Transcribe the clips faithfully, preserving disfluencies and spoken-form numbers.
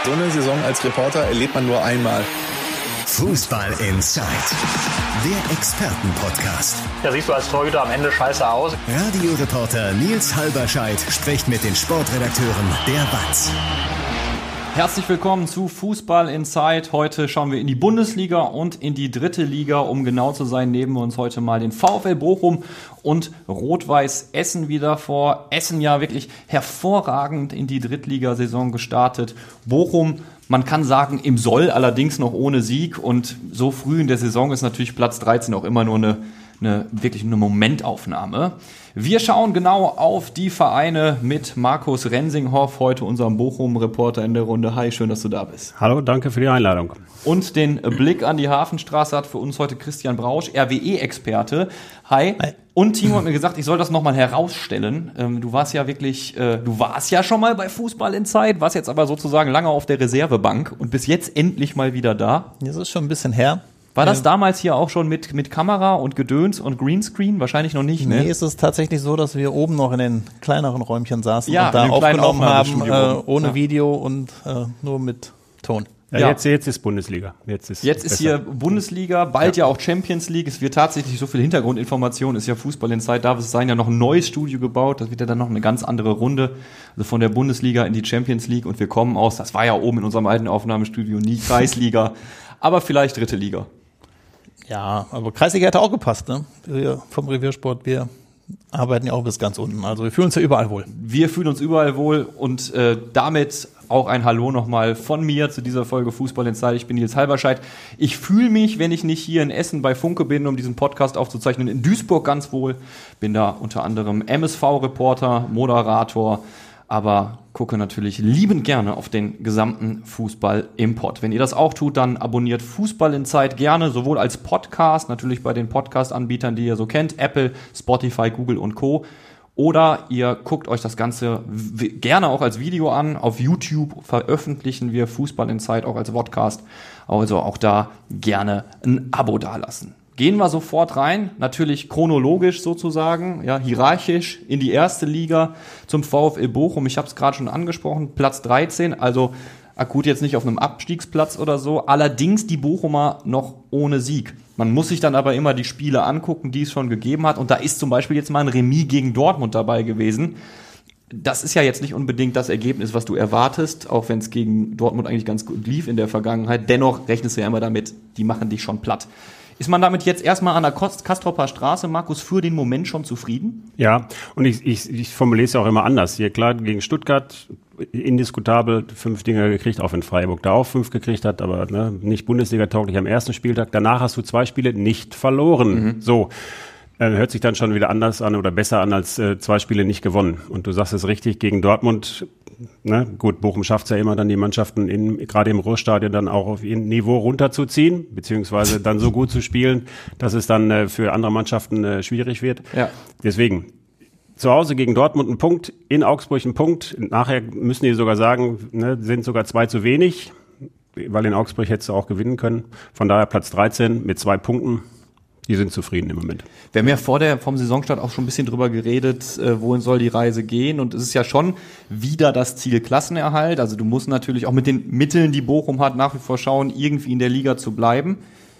So eine Saison als Reporter erlebt man nur einmal. Fußball Inside, der Expertenpodcast. Da siehst du als Torhüter am Ende scheiße aus. Radioreporter Nils Halberscheid spricht mit den Sportredakteuren der WAZ. Herzlich willkommen zu Fußball Inside. Heute schauen wir in die Bundesliga und in die dritte Liga. Um genau zu sein, nehmen wir uns heute mal den VfL Bochum und Rot-Weiß Essen wieder vor. Essen ja wirklich hervorragend in die Drittligasaison gestartet. Bochum, man kann sagen, im Soll, allerdings noch ohne Sieg. Und so früh in der Saison ist natürlich Platz dreizehn auch immer nur eine, eine wirklich eine Momentaufnahme. Wir schauen genau auf die Vereine mit Markus Rensinghoff, heute unserem Bochum-Reporter in der Runde. Hi, schön, dass du da bist. Hallo, danke für die Einladung. Und den Blick an die Hafenstraße hat für uns heute Christian Brausch, R W E-Experte. Hi. Hi. Und Timo hat mir gesagt, ich soll das nochmal herausstellen. Ähm, du warst ja wirklich, äh, du warst ja schon mal bei Fußball Inside, warst jetzt aber sozusagen lange auf der Reservebank und bist jetzt endlich mal wieder da. Das ist schon ein bisschen her. War das damals hier auch schon mit, mit Kamera und Gedöns und Greenscreen? Wahrscheinlich noch nicht, ne? Nee, es ist tatsächlich so, dass wir oben noch in den kleineren Räumchen saßen ja, und da aufgenommen haben, äh, ohne ja. Video und äh, nur mit Ton. Ja, ja. Jetzt, jetzt ist Bundesliga. Jetzt ist, jetzt ist hier Bundesliga, bald ja. ja auch Champions League. Es wird tatsächlich so viel Hintergrundinformation, ist ja Fußball Inside, darf es sein, ja noch ein neues Studio gebaut. Das wird ja dann noch eine ganz andere Runde. Also von der Bundesliga in die Champions League und wir kommen aus, das war ja oben in unserem alten Aufnahmestudio, nie Kreisliga, aber vielleicht dritte Liga. Ja, aber Kreisliga hätte auch gepasst, ne? Wir vom Reviersport, wir arbeiten ja auch bis ganz unten. Also wir fühlen uns ja überall wohl. Wir fühlen uns überall wohl und äh, damit auch ein Hallo nochmal von mir zu dieser Folge Fußball Inside. Ich bin Nils Halberscheid. Ich fühle mich, wenn ich nicht hier in Essen bei Funke bin, um diesen Podcast aufzuzeichnen, in Duisburg ganz wohl. Bin da unter anderem M S V-Reporter, Moderator, aber gucke natürlich liebend gerne auf den gesamten Fußball im Pod. Wenn ihr das auch tut, dann abonniert Fußball Inside gerne, sowohl als Podcast, natürlich bei den Podcast-Anbietern, die ihr so kennt, Apple, Spotify, Google und Co. Oder ihr guckt euch das Ganze w- gerne auch als Video an. Auf YouTube veröffentlichen wir Fußball Inside auch als Podcast. Also auch da gerne ein Abo dalassen. Gehen wir sofort rein, natürlich chronologisch sozusagen, ja, hierarchisch in die erste Liga zum VfL Bochum. Ich habe es gerade schon angesprochen, Platz dreizehn, also akut jetzt nicht auf einem Abstiegsplatz oder so. Allerdings die Bochumer noch ohne Sieg. Man muss sich dann aber immer die Spiele angucken, die es schon gegeben hat. Und da ist zum Beispiel jetzt mal ein Remis gegen Dortmund dabei gewesen. Das ist ja jetzt nicht unbedingt das Ergebnis, was du erwartest, auch wenn es gegen Dortmund eigentlich ganz gut lief in der Vergangenheit. Dennoch rechnest du ja immer damit, die machen dich schon platt. Ist man damit jetzt erstmal an der Kastropper Straße, Markus, für den Moment schon zufrieden? Ja, und ich, ich, ich formuliere es ja auch immer anders. Hier klar, gegen Stuttgart indiskutabel fünf Dinger gekriegt, auch wenn Freiburg da auch fünf gekriegt hat, aber ne, nicht Bundesliga-tauglich am ersten Spieltag. Danach hast du zwei Spiele nicht verloren. Mhm. So. Hört sich dann schon wieder anders an oder besser an als äh, zwei Spiele nicht gewonnen. Und du sagst es richtig, gegen Dortmund, ne, gut, Bochum schafft es ja immer dann, die Mannschaften in, gerade im Ruhrstadion dann auch auf ihr Niveau runterzuziehen, beziehungsweise dann so gut zu spielen, dass es dann äh, für andere Mannschaften äh, schwierig wird. Ja. Deswegen, zu Hause gegen Dortmund ein Punkt, in Augsburg ein Punkt. Nachher müssen die sogar sagen, ne, sind sogar zwei zu wenig, weil in Augsburg hättest du auch gewinnen können. Von daher Platz dreizehn mit zwei Punkten. Die sind zufrieden im Moment. Wir haben ja vor der, vom Saisonstart auch schon ein bisschen drüber geredet, äh, wohin soll die Reise gehen. Und es ist ja schon wieder das Ziel Klassenerhalt. Also du musst natürlich auch mit den Mitteln, die Bochum hat, nach wie vor schauen, irgendwie in der Liga zu bleiben.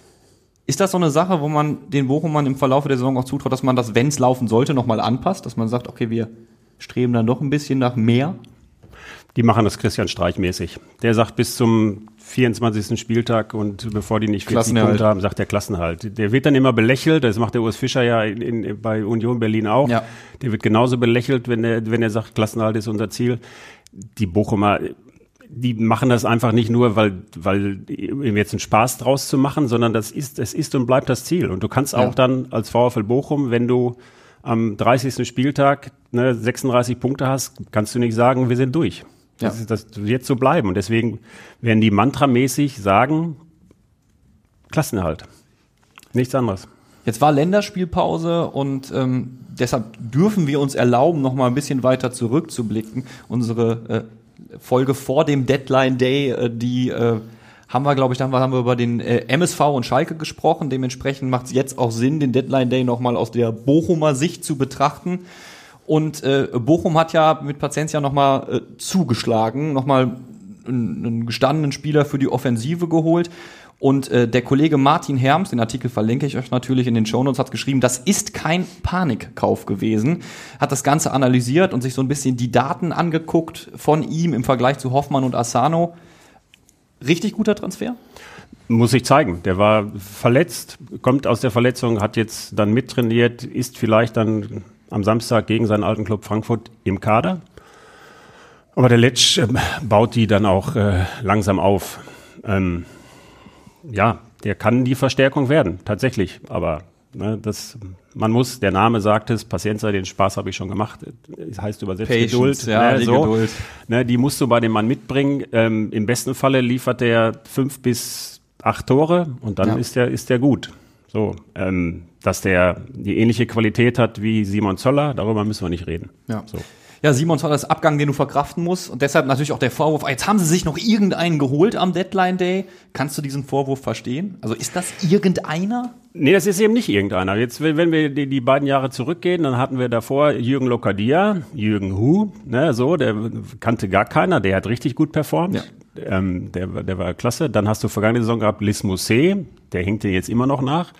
Ist das so eine Sache, wo man den Bochumern im Verlauf der Saison auch zutraut, dass man das, wenn es laufen sollte, nochmal anpasst? Dass man sagt, okay, wir streben dann doch ein bisschen nach mehr? Die machen das Christian Streich mäßig. Der sagt bis zum vierundzwanzigsten Spieltag und bevor die nicht vierzig Punkte haben, sagt der Klassenhalt. Der wird dann immer belächelt, das macht der Urs Fischer ja in, in, bei Union Berlin auch. Ja. Der wird genauso belächelt, wenn er wenn er sagt, Klassenhalt ist unser Ziel. Die Bochumer, die machen das einfach nicht nur, weil weil jetzt einen Spaß draus zu machen, sondern das ist es ist und bleibt das Ziel. Und du kannst auch ja. dann als VfL Bochum, wenn du am dreißigsten Spieltag ne, sechsunddreißig Punkte hast, kannst du nicht sagen, wir sind durch. Das, ja. ist, das wird so bleiben. Und deswegen werden die mantramäßig sagen, Klassenerhalt. Nichts anderes. Jetzt war Länderspielpause und ähm, deshalb dürfen wir uns erlauben, noch mal ein bisschen weiter zurückzublicken. Unsere äh, Folge vor dem Deadline Day, äh, die äh, haben wir, glaube ich, dann haben wir über den äh, M S V und Schalke gesprochen. Dementsprechend macht es jetzt auch Sinn, den Deadline Day noch mal aus der Bochumer Sicht zu betrachten. Und äh, Bochum hat ja mit Paciencia nochmal äh, zugeschlagen, nochmal einen, einen gestandenen Spieler für die Offensive geholt. Und äh, der Kollege Martin Herms, den Artikel verlinke ich euch natürlich in den Shownotes, hat geschrieben, das ist kein Panikkauf gewesen. Hat das Ganze analysiert und sich so ein bisschen die Daten angeguckt von ihm im Vergleich zu Hoffmann und Asano. Richtig guter Transfer? Muss ich zeigen. Der war verletzt, kommt aus der Verletzung, hat jetzt dann mittrainiert, ist vielleicht dann am Samstag gegen seinen alten Club Frankfurt im Kader. Aber der Letsch äh, baut die dann auch äh, langsam auf. Ähm, ja, der kann die Verstärkung werden, tatsächlich. Aber ne, das, man muss, der Name sagt es, Pacienza, den Spaß habe ich schon gemacht. Das heißt übersetzt Patience, Geduld. Ja, ne, die so. Geduld. Ne, die musst du bei dem Mann mitbringen. Ähm, im besten Falle liefert der fünf bis acht Tore und dann ja. ist der ist der gut. So, ähm, dass der die ähnliche Qualität hat wie Simon Zoller, darüber müssen wir nicht reden. Ja. So. Ja, Simon Zoller ist Abgang, den du verkraften musst. Und deshalb natürlich auch der Vorwurf, jetzt haben sie sich noch irgendeinen geholt am Deadline Day. Kannst du diesen Vorwurf verstehen? Also ist das irgendeiner? Nee, das ist eben nicht irgendeiner. Jetzt, wenn wir die, die beiden Jahre zurückgehen, dann hatten wir davor Jürgen Locadia, Jürgen Hu, ne, so, der kannte gar keiner, der hat richtig gut performt. Ja. Ähm, der, der war klasse. Dann hast du vergangene Saison gehabt Liss Mousset, der hinkt dir jetzt immer noch nach.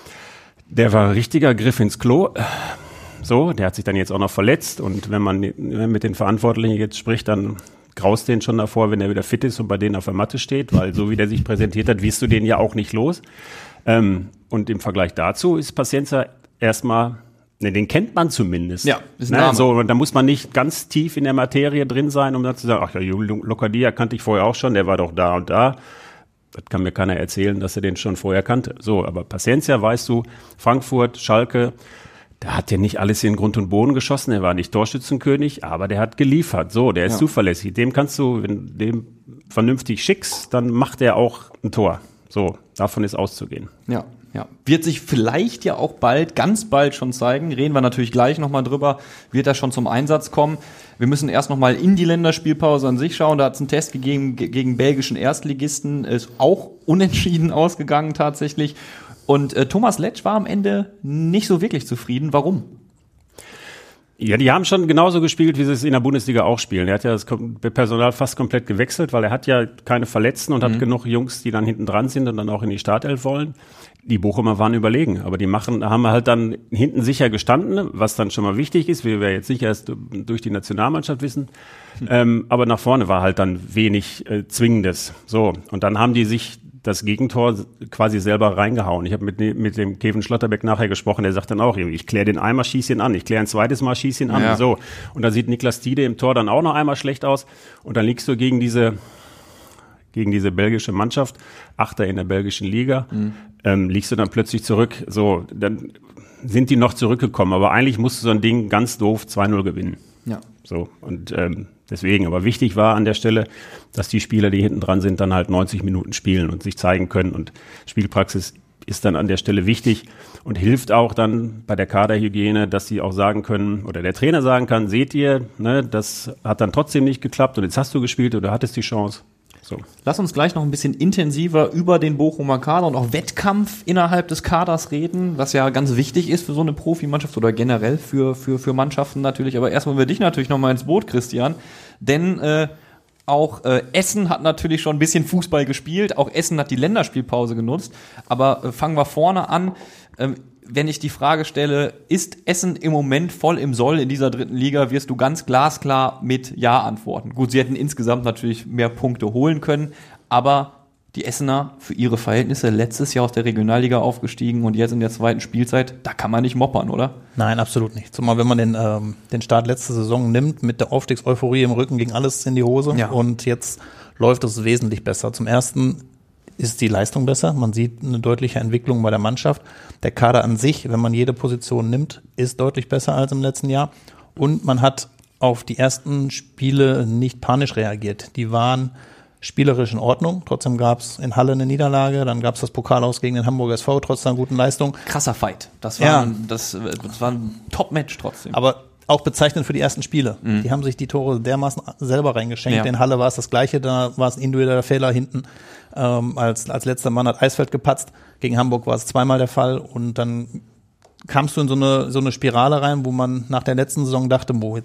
Der war ein richtiger Griff ins Klo. So, der hat sich dann jetzt auch noch verletzt und wenn man mit den Verantwortlichen jetzt spricht, dann graust den schon davor, wenn er wieder fit ist und bei denen auf der Matte steht, weil so wie der sich präsentiert hat, wirst du den ja auch nicht los. Ähm, und im Vergleich dazu ist Pacienza erstmal, ne, den kennt man zumindest. Ja, ist ein ne, Name. so, und da muss man nicht ganz tief in der Materie drin sein, um dann zu sagen, ach ja, Locadia kannte ich vorher auch schon, der war doch da und da. Das kann mir keiner erzählen, dass er den schon vorher kannte. So, aber Pacienza, weißt du, Frankfurt, Schalke, der hat ja nicht alles in Grund und Boden geschossen, er war nicht Torschützenkönig, aber der hat geliefert. So, der ist ja. zuverlässig. Dem kannst du, wenn du dem vernünftig schickst, dann macht er auch ein Tor. So, davon ist auszugehen. Ja, ja. Wird sich vielleicht ja auch bald, ganz bald schon zeigen. Reden wir natürlich gleich nochmal drüber. Wird das schon zum Einsatz kommen? Wir müssen erst nochmal in die Länderspielpause an sich schauen. Da hat es einen Test gegeben gegen belgischen Erstligisten. Ist auch unentschieden ausgegangen tatsächlich. Und äh, Thomas Letsch war am Ende nicht so wirklich zufrieden. Warum? Ja, die haben schon genauso gespielt, wie sie es in der Bundesliga auch spielen. Er hat ja das Personal fast komplett gewechselt, weil er hat ja keine Verletzten und mhm. hat genug Jungs, die dann hinten dran sind und dann auch in die Startelf wollen. Die Bochumer waren überlegen, aber die machen, haben halt dann hinten sicher gestanden, was dann schon mal wichtig ist, wie wir jetzt nicht erst durch die Nationalmannschaft wissen. Mhm. Ähm, aber nach vorne war halt dann wenig äh, Zwingendes. So, und dann haben die sich das Gegentor quasi selber reingehauen. Ich habe mit, mit dem Kevin Schlotterbeck nachher gesprochen, der sagt dann auch, ich kläre den einmal, schieß ihn an, ich kläre ein zweites Mal, schieß ihn an. Ja. So. Und da sieht Niklas Tiede im Tor dann auch noch einmal schlecht aus. Und dann liegst du gegen diese, gegen diese belgische Mannschaft, Achter in der belgischen Liga, mhm. ähm, liegst du dann plötzlich zurück. So, dann sind die noch zurückgekommen. Aber eigentlich musst du so ein Ding ganz doof zwei null gewinnen. Ja. So, und ähm, deswegen, aber wichtig war an der Stelle, dass die Spieler, die hinten dran sind, dann halt neunzig Minuten spielen und sich zeigen können. Und Spielpraxis ist dann an der Stelle wichtig und hilft auch dann bei der Kaderhygiene, dass sie auch sagen können, oder der Trainer sagen kann, seht ihr, ne, das hat dann trotzdem nicht geklappt und jetzt hast du gespielt oder hattest die Chance. So. Lass uns gleich noch ein bisschen intensiver über den Bochumer Kader und auch Wettkampf innerhalb des Kaders reden, was ja ganz wichtig ist für so eine Profimannschaft oder generell für, für, für Mannschaften natürlich. Aber erstmal wir dich natürlich nochmal ins Boot, Christian. Denn äh, auch äh, Essen hat natürlich schon ein bisschen Fußball gespielt. Auch Essen hat die Länderspielpause genutzt. Aber äh, fangen wir vorne an. Ähm, Wenn ich die Frage stelle, ist Essen im Moment voll im Soll in dieser dritten Liga, wirst du ganz glasklar mit Ja antworten. Gut, sie hätten insgesamt natürlich mehr Punkte holen können, aber die Essener für ihre Verhältnisse letztes Jahr aus der Regionalliga aufgestiegen und jetzt in der zweiten Spielzeit, da kann man nicht moppern, oder? Nein, absolut nicht. Zumal wenn man den, ähm, den Start letzte Saison nimmt, mit der Aufstiegseuphorie im Rücken ging alles in die Hose ja. Und jetzt läuft es wesentlich besser. Zum Ersten ist die Leistung besser. Man sieht eine deutliche Entwicklung bei der Mannschaft. Der Kader an sich, wenn man jede Position nimmt, ist deutlich besser als im letzten Jahr. Und man hat auf die ersten Spiele nicht panisch reagiert. Die waren spielerisch in Ordnung. Trotzdem gab es in Halle eine Niederlage. Dann gab es das Pokal aus gegen den Hamburger S V, trotz einer guten Leistung. Krasser Fight. Das war, ja. ein, das, das war ein Top-Match trotzdem. Aber auch bezeichnend für die ersten Spiele. Mhm. Die haben sich die Tore dermaßen selber reingeschenkt. Ja. In Halle war es das Gleiche, da war es ein individueller Fehler hinten. Ähm, als, als letzter Mann hat Eisfeld gepatzt. Gegen Hamburg war es zweimal der Fall. Und dann kamst du in so eine, so eine Spirale rein, wo man nach der letzten Saison dachte, boah, jetzt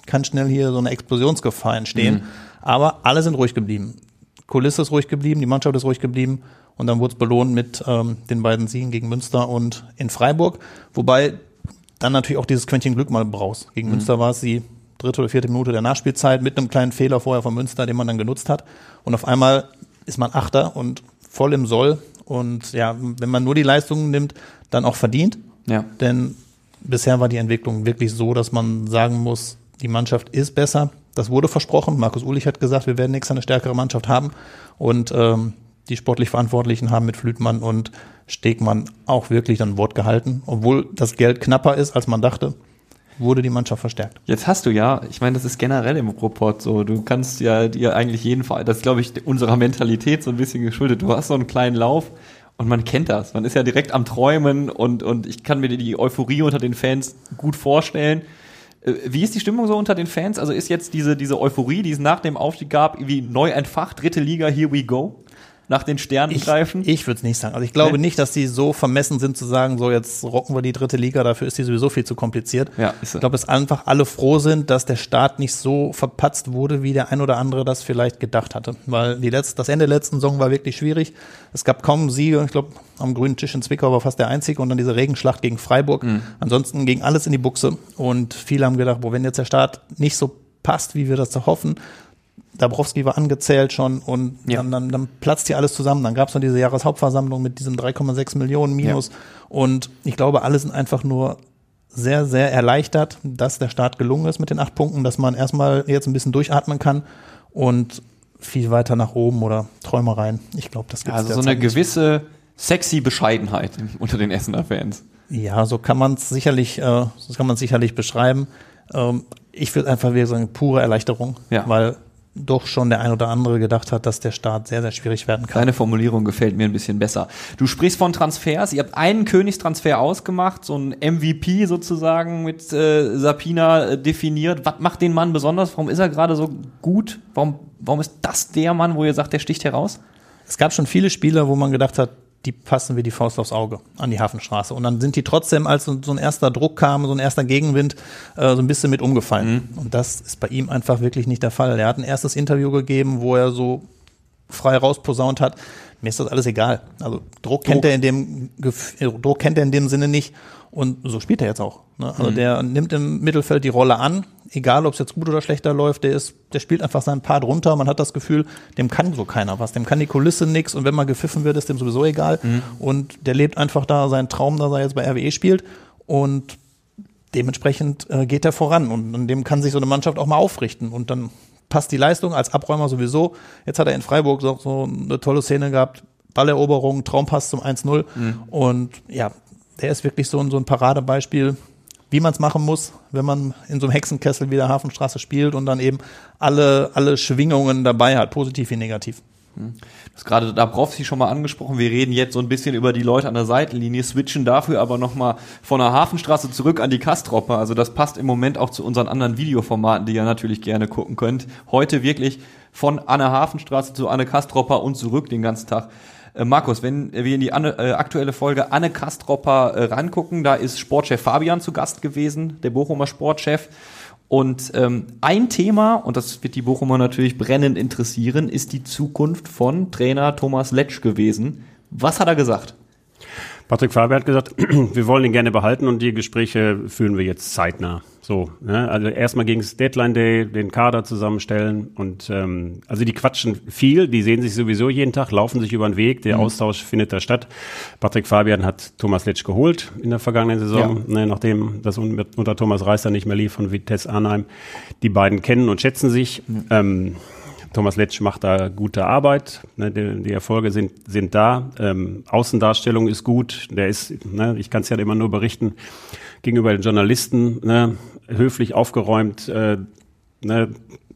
kann schnell hier so eine Explosionsgefahr entstehen. Mhm. Aber alle sind ruhig geblieben. Kulisse ist ruhig geblieben, die Mannschaft ist ruhig geblieben. Und dann wurde es belohnt mit ähm, den beiden Siegen gegen Münster und in Freiburg. Wobei dann natürlich auch dieses Quäntchen Glück mal brauchst. Gegen mhm. Münster war es die dritte oder vierte Minute der Nachspielzeit mit einem kleinen Fehler vorher von Münster, den man dann genutzt hat. Und auf einmal ist man Achter und voll im Soll. Und ja, wenn man nur die Leistungen nimmt, dann auch verdient. Ja. Denn bisher war die Entwicklung wirklich so, dass man sagen muss, die Mannschaft ist besser. Das wurde versprochen. Markus Ulich hat gesagt, wir werden nächstes Jahr eine stärkere Mannschaft haben. Und ähm, die sportlich Verantwortlichen haben mit Flütmann und Stegmann auch wirklich dann Wort gehalten. Obwohl das Geld knapper ist, als man dachte, wurde die Mannschaft verstärkt. Jetzt hast du ja, ich meine, das ist generell im Report so, du kannst ja dir eigentlich jeden Fall, das ist, glaube ich, unserer Mentalität so ein bisschen geschuldet, du hast so einen kleinen Lauf und man kennt das, man ist ja direkt am Träumen und, und ich kann mir die Euphorie unter den Fans gut vorstellen. Wie ist die Stimmung so unter den Fans? Also ist jetzt diese, diese Euphorie, die es nach dem Aufstieg gab, irgendwie neu entfacht, dritte Liga, here we go? Nach den Sternen ich, greifen? Ich würde es nicht sagen. Also ich glaube nee. nicht, dass die so vermessen sind zu sagen, so jetzt rocken wir die dritte Liga, dafür ist die sowieso viel zu kompliziert. Ja, ist so. Ich glaube, dass einfach alle froh sind, dass der Start nicht so verpatzt wurde, wie der ein oder andere das vielleicht gedacht hatte. Weil die letzte, das Ende der letzten Saison war wirklich schwierig. Es gab kaum Siege. Ich glaube, am grünen Tisch in Zwickau war fast der einzige und dann diese Regenschlacht gegen Freiburg. Mhm. Ansonsten ging alles in die Buchse und viele haben gedacht, boah, wenn jetzt der Start nicht so passt, wie wir das hoffen, Dabrowski war angezählt schon und ja. dann, dann, dann platzt hier alles zusammen. Dann gab es noch diese Jahreshauptversammlung mit diesem drei Komma sechs Millionen Minus. Ja. Und ich glaube, alle sind einfach nur sehr, sehr erleichtert, dass der Start gelungen ist mit den acht Punkten, dass man erstmal jetzt ein bisschen durchatmen kann und viel weiter nach oben oder Träumereien. Ich glaube, das gibt es also so eine gewisse sexy Bescheidenheit unter den Essener Fans. Ja, so kann man es sicherlich, äh, so kann man sicherlich beschreiben. Ähm, ich würde einfach wieder sagen, pure Erleichterung, ja. weil doch schon der ein oder andere gedacht hat, dass der Start sehr, sehr schwierig werden kann. Deine Formulierung gefällt mir ein bisschen besser. Du sprichst von Transfers. Ihr habt einen Königstransfer ausgemacht, so ein M V P sozusagen mit äh, Sapina äh, definiert. Was macht den Mann besonders? Warum ist er gerade so gut? Warum, warum ist das der Mann, wo ihr sagt, der sticht heraus? Es gab schon viele Spieler, wo man gedacht hat, die passen wie die Faust aufs Auge an die Hafenstraße. Und dann sind die trotzdem, als so, so ein erster Druck kam, so ein erster Gegenwind, äh, so ein bisschen mit umgefallen. Mhm. Und das ist bei ihm einfach wirklich nicht der Fall. Er hat ein erstes Interview gegeben, wo er so frei rausposaunt hat. Mir ist das alles egal. Also Druck, Druck. kennt er in dem Druck kennt er in dem Sinne nicht. Und so spielt er jetzt auch. Ne? Also mhm. der nimmt im Mittelfeld die Rolle an, egal ob es jetzt gut oder schlechter läuft, der ist, der spielt einfach seinen Part runter. Man hat das Gefühl, dem kann so keiner was, dem kann die Kulisse nix und wenn mal gepfiffen wird, ist dem sowieso egal. Mhm. Und der lebt einfach da seinen Traum, dass er jetzt bei R W E spielt und dementsprechend äh, geht er voran und an dem kann sich so eine Mannschaft auch mal aufrichten und dann passt die Leistung als Abräumer sowieso. Jetzt hat er in Freiburg so, so eine tolle Szene gehabt, Balleroberung, Traumpass zum eins null mhm. und ja, der ist wirklich so ein, so ein Paradebeispiel, wie man es machen muss, wenn man in so einem Hexenkessel wie der Hafenstraße spielt und dann eben alle, alle Schwingungen dabei hat, positiv wie negativ. Du hast gerade Dabrowski schon mal angesprochen. Wir reden jetzt so ein bisschen über die Leute an der Seitenlinie, switchen dafür aber nochmal von der Hafenstraße zurück an die Kastropper. Also das passt im Moment auch zu unseren anderen Videoformaten, die ihr natürlich gerne gucken könnt. Heute wirklich von Anne Hafenstraße zu Anne Kastropper und zurück den ganzen Tag. Markus, wenn wir in die Anne, äh, aktuelle Folge Anne Kastropper äh, rangucken, da ist Sportchef Fabian zu Gast gewesen, der Bochumer Sportchef. Und ähm, ein Thema, und das wird die Bochumer natürlich brennend interessieren, ist die Zukunft von Trainer Thomas Letsch gewesen. Was hat er gesagt? Patrick Faber hat gesagt, wir wollen ihn gerne behalten und die Gespräche führen wir jetzt zeitnah. So, ne? Also erstmal ging es Deadline Day, den Kader zusammenstellen und ähm, also die quatschen viel, die sehen sich sowieso jeden Tag, laufen sich über den Weg, der mhm. Austausch findet da statt. Patrick Fabian hat Thomas Letsch geholt in der vergangenen Saison, ja. ne, nachdem das unter Thomas Reisser nicht mehr lief von Vitesse Arnheim. Die beiden kennen und schätzen sich. Mhm. Ähm, Thomas Letsch macht da gute Arbeit, ne, die, die Erfolge sind sind da, ähm, Außendarstellung ist gut, der ist, ne, ich kann es ja immer nur berichten, gegenüber den Journalisten, ne, höflich aufgeräumt, äh, ne,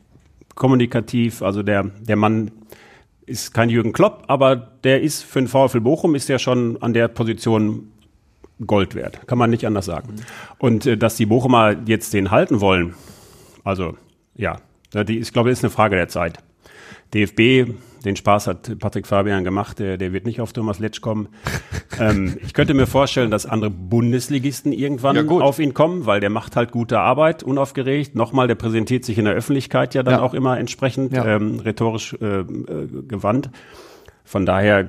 kommunikativ, also der der Mann ist kein Jürgen Klopp, aber der ist für den VfL Bochum ist ja schon an der Position Gold wert, kann man nicht anders sagen. Und äh, dass die Bochumer jetzt den halten wollen, also ja, die, ich glaube, das ist eine Frage der Zeit. D F B den Spaß hat Patrick Fabian gemacht, der, der wird nicht auf Thomas Letsch kommen. ähm, ich könnte mir vorstellen, dass andere Bundesligisten irgendwann ja, auf ihn kommen, weil der macht halt gute Arbeit, unaufgeregt. Nochmal, der präsentiert sich in der Öffentlichkeit ja dann ja. auch immer entsprechend ja. ähm, rhetorisch äh, äh, gewandt. Von daher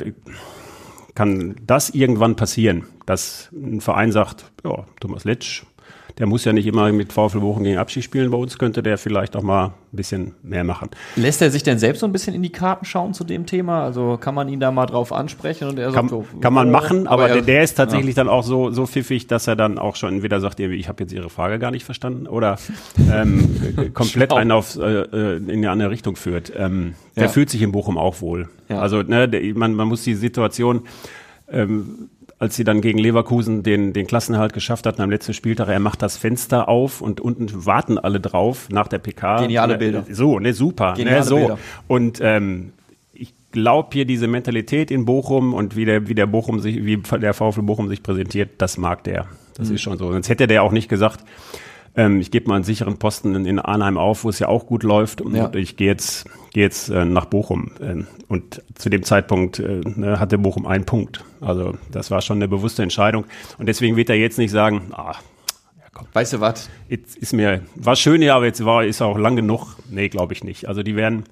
kann das irgendwann passieren, dass ein Verein sagt, ja, Thomas Letsch, der muss ja nicht immer mit VfL Bochum gegen Abschied spielen. Bei uns könnte der vielleicht auch mal ein bisschen mehr machen. Lässt er sich denn selbst so ein bisschen in die Karten schauen zu dem Thema? Also kann man ihn da mal drauf ansprechen? Und er kann, sagt so, kann man machen, aber, aber er, der, der ist tatsächlich ja. dann auch so, so pfiffig, dass er dann auch schon entweder sagt, ich habe jetzt Ihre Frage gar nicht verstanden oder ähm, komplett einen auf, äh, in eine andere Richtung führt. Ähm, der ja. fühlt sich in Bochum auch wohl. Ja. Also ne, der, man, man muss die Situation... Ähm, als sie dann gegen Leverkusen den, den Klassenerhalt geschafft hatten am letzten Spieltag, er macht das Fenster auf und unten warten alle drauf nach der P K. Geniale Bilder. So, ne, super. Geniale ne, so. Bilder. Und ähm, ich glaube hier diese Mentalität in Bochum und wie der, wie der Bochum sich, wie der VfL Bochum sich präsentiert, das mag der. Das mhm. ist schon so. Sonst hätte der auch nicht gesagt, ähm, ich gebe mal einen sicheren Posten in, in Arnheim auf, wo es ja auch gut läuft und ja. ich gehe jetzt, gehe jetzt äh, nach Bochum. Ähm, und zu dem Zeitpunkt äh, ne, hatte Bochum einen Punkt. Also das war schon eine bewusste Entscheidung. Und deswegen wird er jetzt nicht sagen, ah, ja, komm. Weißt du was? Jetzt ist mir, war schön, ja, aber jetzt war, ist auch lang genug. Nee, glaube ich nicht. Also die werden,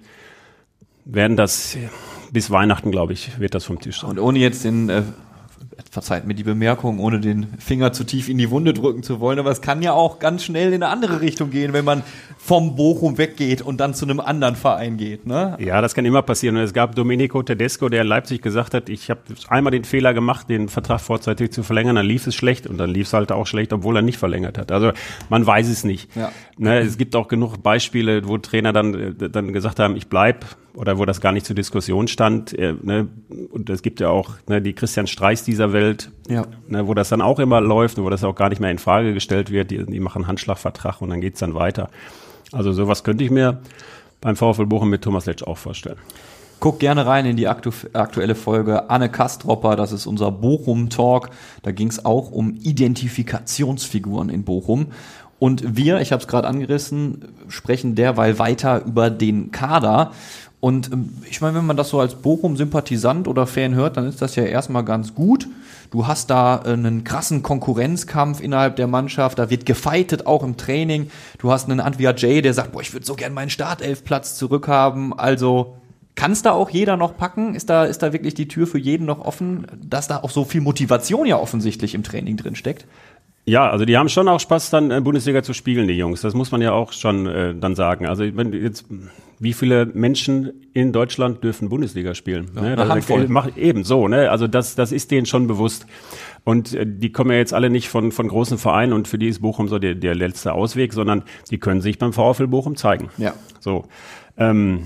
werden das bis Weihnachten, glaube ich, wird das vom Tisch sein. Und ohne jetzt den, äh, verzeiht mir die Bemerkung, ohne den Finger zu tief in die Wunde drücken zu wollen, aber es kann ja auch ganz schnell in eine andere Richtung gehen, wenn man vom Bochum weggeht und dann zu einem anderen Verein geht, ne? Ja, das kann immer passieren. Und es gab Domenico Tedesco, der in Leipzig gesagt hat, ich habe einmal den Fehler gemacht, den Vertrag vorzeitig zu verlängern, dann lief es schlecht und dann lief es halt auch schlecht, obwohl er nicht verlängert hat. Also man weiß es nicht. Ja. Ne, es gibt auch genug Beispiele, wo Trainer dann, dann gesagt haben, ich bleib, oder wo das gar nicht zur Diskussion stand. Äh, ne? Und es gibt ja auch ne, die Christian Streichs dieser Welt, ja. ne, wo das dann auch immer läuft und wo das auch gar nicht mehr in Frage gestellt wird. Die, die machen einen Handschlagvertrag und dann geht's dann weiter. Also sowas könnte ich mir beim VfL Bochum mit Thomas Letsch auch vorstellen. Guck gerne rein in die aktu- aktuelle Folge Anne Kastropper, das ist unser Bochum-Talk. Da ging es auch um Identifikationsfiguren in Bochum. Und wir, ich habe es gerade angerissen, sprechen derweil weiter über den Kader. Und ich meine, wenn man das so als Bochum-Sympathisant oder Fan hört, dann ist das ja erstmal ganz gut. Du hast da einen krassen Konkurrenzkampf innerhalb der Mannschaft, da wird gefeitet, auch im Training. Du hast einen Antwi Ajay, der sagt, boah, ich würde so gern meinen Startelfplatz zurückhaben. Also kann es da auch jeder noch packen? Ist da, ist da wirklich die Tür für jeden noch offen, dass da auch so viel Motivation ja offensichtlich im Training drin steckt? Ja, also die haben schon auch Spaß, dann äh, Bundesliga zu spielen, die Jungs. Das muss man ja auch schon äh, dann sagen. Also wenn jetzt, wie viele Menschen in Deutschland dürfen Bundesliga spielen? Ja, ne? eine Handvoll. Mach, eben so, ne? Also das, das ist denen schon bewusst. Und äh, die kommen ja jetzt alle nicht von von großen Vereinen und für die ist Bochum so der, der letzte Ausweg, sondern die können sich beim VfL Bochum zeigen. Ja. So. Ähm,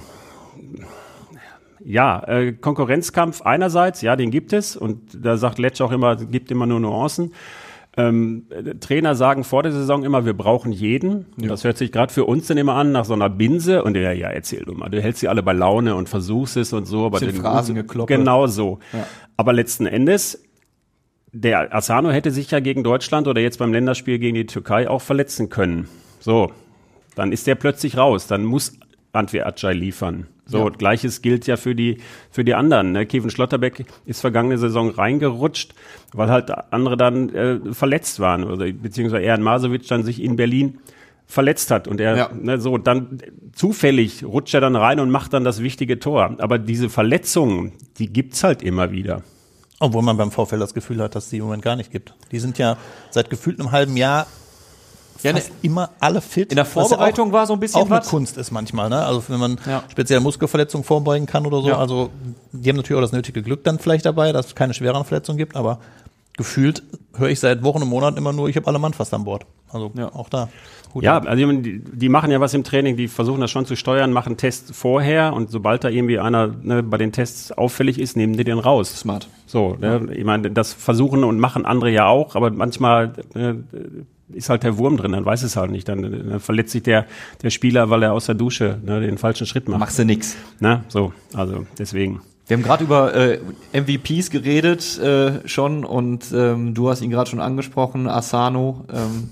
Ja, äh, Konkurrenzkampf einerseits, ja, den gibt es und da sagt Letsch auch immer, es gibt immer nur Nuancen. Ähm, Trainer sagen vor der Saison immer, wir brauchen jeden. Ja. Das hört sich gerade für uns dann immer an nach so einer Binse und ja, ja, erzähl du mal, du hältst sie alle bei Laune und versuchst es und so, aber den Phrasen gekloppe. Genau so. Ja. Aber letzten Endes, der Asano hätte sich ja gegen Deutschland oder jetzt beim Länderspiel gegen die Türkei auch verletzen können. So, dann ist der plötzlich raus, dann muss Antwi Ajay liefern. So, ja. Gleiches gilt ja für die für die anderen. Ne? Kevin Schlotterbeck ist vergangene Saison reingerutscht, weil halt andere dann äh, verletzt waren. Oder beziehungsweise Eren Masovic dann sich in Berlin verletzt hat. Und er, ja. ne, so, dann zufällig rutscht er dann rein und macht dann das wichtige Tor. Aber diese Verletzungen, die gibt's halt immer wieder. Obwohl man beim VfL das Gefühl hat, dass es die im Moment gar nicht gibt. Die sind ja seit gefühlt einem halben Jahr Ja, fast ne, immer alle fit. In der Vorbereitung ja war so ein bisschen auch was. eine Kunst ist manchmal, ne? Also wenn man ja. speziell Muskelverletzungen vorbeugen kann oder so. Ja. Also die haben natürlich auch das nötige Glück dann vielleicht dabei, dass es keine schweren Verletzungen gibt. Aber gefühlt höre ich seit Wochen und Monaten immer nur, ich habe alle Mann fast an Bord. Also ja. auch da. Gut ja, also die, die machen ja was im Training, die versuchen das schon zu steuern, machen Tests vorher und sobald da irgendwie einer ne, bei den Tests auffällig ist, nehmen die den raus. Smart. So, ne, ich meine, das versuchen und machen andere ja auch, aber manchmal ne, ist halt der Wurm drin, dann weiß es halt nicht. Dann, dann verletzt sich der, der Spieler, weil er aus der Dusche ne, den falschen Schritt macht. Machst du nix. Na, so, also deswegen. Wir haben gerade über äh, M V Ps geredet äh, schon und ähm, du hast ihn gerade schon angesprochen, Asano. Ähm,